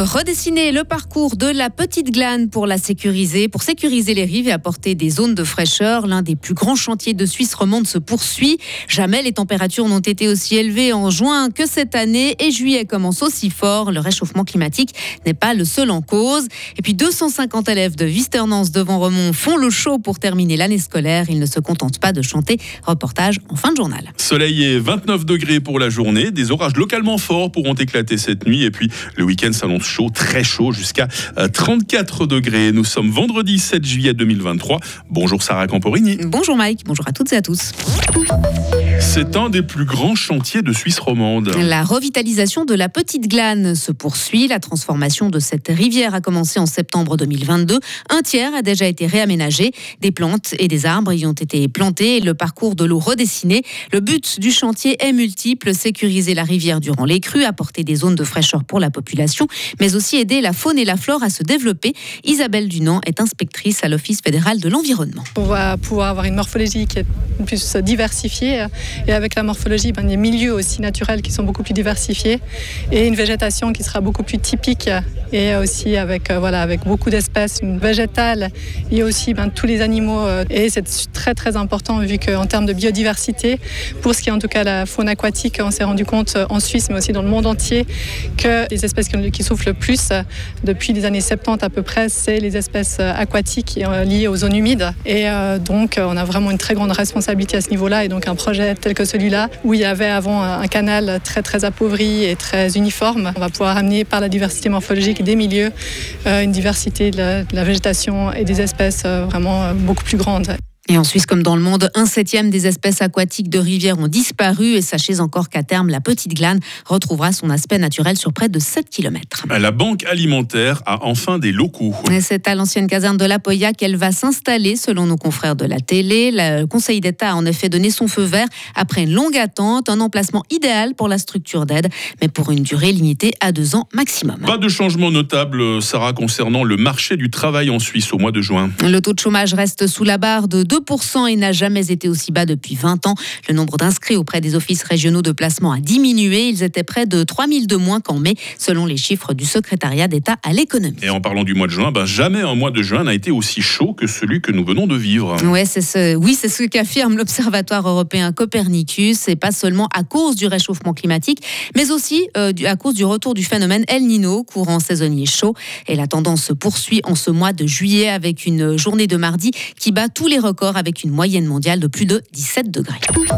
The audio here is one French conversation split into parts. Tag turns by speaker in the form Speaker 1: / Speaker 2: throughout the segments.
Speaker 1: Redessiner le parcours de la Petite Glane pour sécuriser les rives et apporter des zones de fraîcheur. L'un des plus grands chantiers de Suisse romande se poursuit. Jamais les températures n'ont été aussi élevées en juin que cette année et juillet commence aussi fort. Le réchauffement climatique n'est pas le seul en cause. Et puis 250 élèves de Wisternance devant Remont font le show pour terminer l'année scolaire. Ils ne se contentent pas de chanter. Reportage en fin de journal.
Speaker 2: Soleil et 29 degrés pour la journée. Des orages localement forts pourront éclater cette nuit. Et puis le week-end s'annonce chaud, très chaud, jusqu'à 34 degrés. Nous sommes vendredi 7 juillet 2023. Bonjour Sarah Camporini.
Speaker 1: Bonjour Mike, bonjour à toutes et à tous.
Speaker 2: C'est un des plus grands chantiers de Suisse romande.
Speaker 1: La revitalisation de la Petite Glane se poursuit. La transformation de cette rivière a commencé en septembre 2022. Un tiers a déjà été réaménagé. Des plantes et des arbres y ont été plantés et le parcours de l'eau redessiné. Le but du chantier est multiple. Sécuriser la rivière durant les crues, apporter des zones de fraîcheur pour la population, mais aussi aider la faune et la flore à se développer. Isabelle Dunant est inspectrice à l'Office fédéral de l'environnement.
Speaker 3: On va pouvoir avoir une morphologie qui est plus diversifiée et avec la morphologie, des milieux aussi naturels qui sont beaucoup plus diversifiés et une végétation qui sera beaucoup plus typique et aussi avec beaucoup d'espèces végétales et aussi tous les animaux. Et c'est très très important vu qu'en termes de biodiversité, pour ce qui est en tout cas la faune aquatique, on s'est rendu compte en Suisse mais aussi dans le monde entier que les espèces qui souffrent le plus depuis les années 70 à peu près, c'est les espèces aquatiques liées aux zones humides. Et donc on a vraiment une très grande responsabilité à ce niveau-là et donc un projet tel que celui-là où il y avait avant un canal très très appauvri et très uniforme, on va pouvoir amener par la diversité morphologique des milieux une diversité de la végétation et des espèces vraiment beaucoup plus grande.
Speaker 1: Et en Suisse comme dans le monde, 1/7 des espèces aquatiques de rivières ont disparu et sachez encore qu'à terme, la Petite Glane retrouvera son aspect naturel sur près de 7 km.
Speaker 2: La banque alimentaire a enfin des locaux.
Speaker 1: Et c'est à l'ancienne caserne de la Poya qu'elle va s'installer selon nos confrères de la télé. Le Conseil d'État a en effet donné son feu vert après une longue attente, un emplacement idéal pour la structure d'aide, mais pour une durée limitée à 2 ans maximum.
Speaker 2: Pas de changement notable, Sarah, concernant le marché du travail en Suisse au mois de juin.
Speaker 1: Le taux de chômage reste sous la barre de 2% et n'a jamais été aussi bas depuis 20 ans. Le nombre d'inscrits auprès des offices régionaux de placement a diminué. Ils étaient près de 3000 de moins qu'en mai, selon les chiffres du secrétariat d'État à l'économie.
Speaker 2: Et en parlant du mois de juin, jamais un mois de juin n'a été aussi chaud que celui que nous venons de vivre.
Speaker 1: Ouais, c'est ce qu'affirme l'Observatoire européen Copernicus. Et pas seulement à cause du réchauffement climatique, mais aussi à cause du retour du phénomène El Niño, courant saisonnier chaud. Et la tendance se poursuit en ce mois de juillet avec une journée de mardi qui bat tous les records avec une moyenne mondiale de plus de 17 degrés.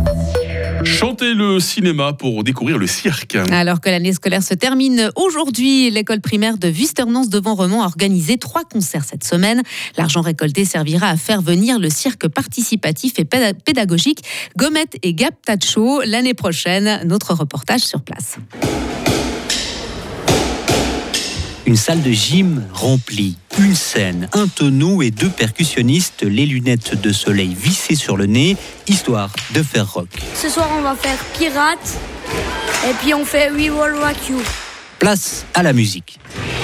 Speaker 2: Chantez le cinéma pour découvrir le cirque.
Speaker 1: Alors que l'année scolaire se termine aujourd'hui, l'école primaire de Wisternance devant Remont a organisé 3 concerts cette semaine. L'argent récolté servira à faire venir le cirque participatif et pédagogique Gommette et Gaptacho l'année prochaine. Notre reportage sur place.
Speaker 4: Une salle de gym remplie, une scène, un tonneau et 2 percussionnistes, les lunettes de soleil vissées sur le nez, histoire de faire rock.
Speaker 5: Ce soir, on va faire Pirate et puis on fait We Will Rock You.
Speaker 4: Place à la musique.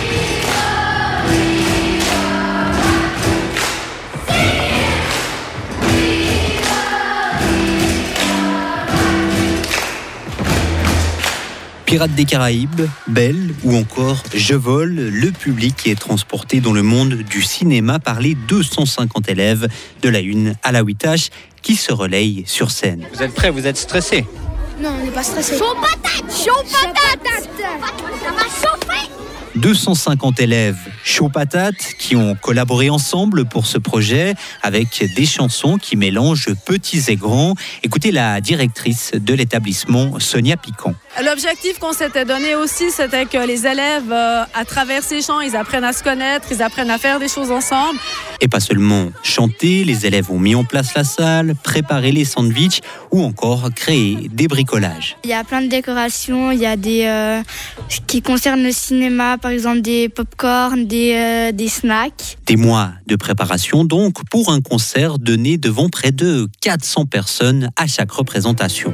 Speaker 4: Pirates des Caraïbes, Belle ou encore Je vole, le public est transporté dans le monde du cinéma par les 250 élèves de la 1 à la 8H qui se relayent sur scène.
Speaker 6: Vous êtes prêts, vous êtes stressés?
Speaker 5: Non, on n'est pas stressé. Chaud patate! Chaud patate! Ça va chauffer!
Speaker 4: 250 élèves chaud patate qui ont collaboré ensemble pour ce projet avec des chansons qui mélangent petits et grands. Écoutez la directrice de l'établissement, Sonia Piquant.
Speaker 7: L'objectif qu'on s'était donné aussi, c'était que les élèves, à travers ces chants, ils apprennent à se connaître, ils apprennent à faire des choses ensemble.
Speaker 4: Et pas seulement chanter, les élèves ont mis en place la salle, préparé les sandwichs ou encore créé des bricolages.
Speaker 5: Il y a plein de décorations, il y a des qui concernent le cinéma, par exemple des pop-corn, des snacks.
Speaker 4: Des mois de préparation donc pour un concert donné devant près de 400 personnes à chaque représentation.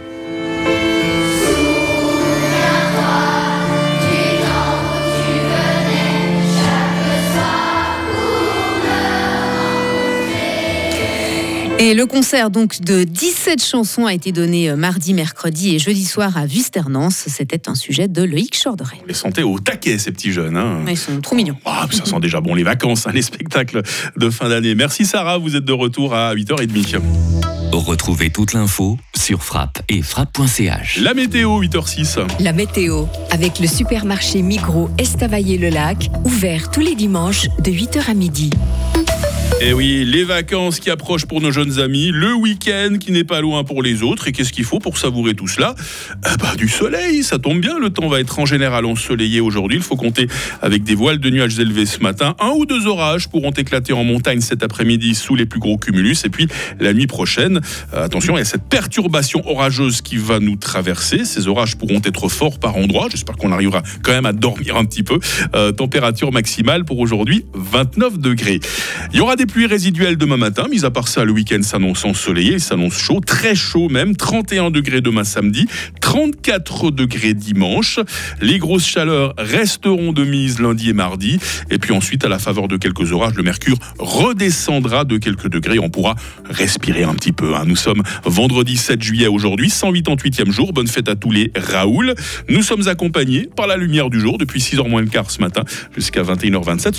Speaker 1: Et le concert donc de 17 chansons a été donné mardi, mercredi et jeudi soir à Vusternance. C'était un sujet de Loïc Chorderet.
Speaker 2: On les sentait au taquet, ces petits jeunes. Hein.
Speaker 1: Ils sont trop mignons.
Speaker 2: Ça sent déjà bon les vacances, les spectacles de fin d'année. Merci Sarah, vous êtes de retour à 8h30.
Speaker 6: Retrouvez toute l'info sur Frappe et frappe.ch.
Speaker 2: La météo, 8h06.
Speaker 8: La météo, avec le supermarché Migros Estavayer-le-Lac, ouvert tous les dimanches de 8h à midi.
Speaker 2: Et oui, les vacances qui approchent pour nos jeunes amis, le week-end qui n'est pas loin pour les autres. Et qu'est-ce qu'il faut pour savourer tout cela ? Du soleil, ça tombe bien. Le temps va être en général ensoleillé aujourd'hui. Il faut compter avec des voiles de nuages élevés ce matin. 1 ou 2 orages pourront éclater en montagne cet après-midi sous les plus gros cumulus. Et puis la nuit prochaine, attention, il y a cette perturbation orageuse qui va nous traverser. Ces orages pourront être forts par endroits. J'espère qu'on arrivera quand même à dormir un petit peu. Température maximale pour aujourd'hui, 29 degrés. Il y aura des pluies résiduelles demain matin, mis à part ça, le week-end s'annonce ensoleillé, il s'annonce chaud, très chaud même, 31 degrés demain samedi, 34 degrés dimanche. Les grosses chaleurs resteront de mise lundi et mardi, et puis ensuite, à la faveur de quelques orages, le mercure redescendra de quelques degrés, on pourra respirer un petit peu. Nous sommes vendredi 7 juillet aujourd'hui, 188e jour, bonne fête à tous les Raoul. Nous sommes accompagnés par la lumière du jour depuis 6h moins le quart ce matin jusqu'à 21h27.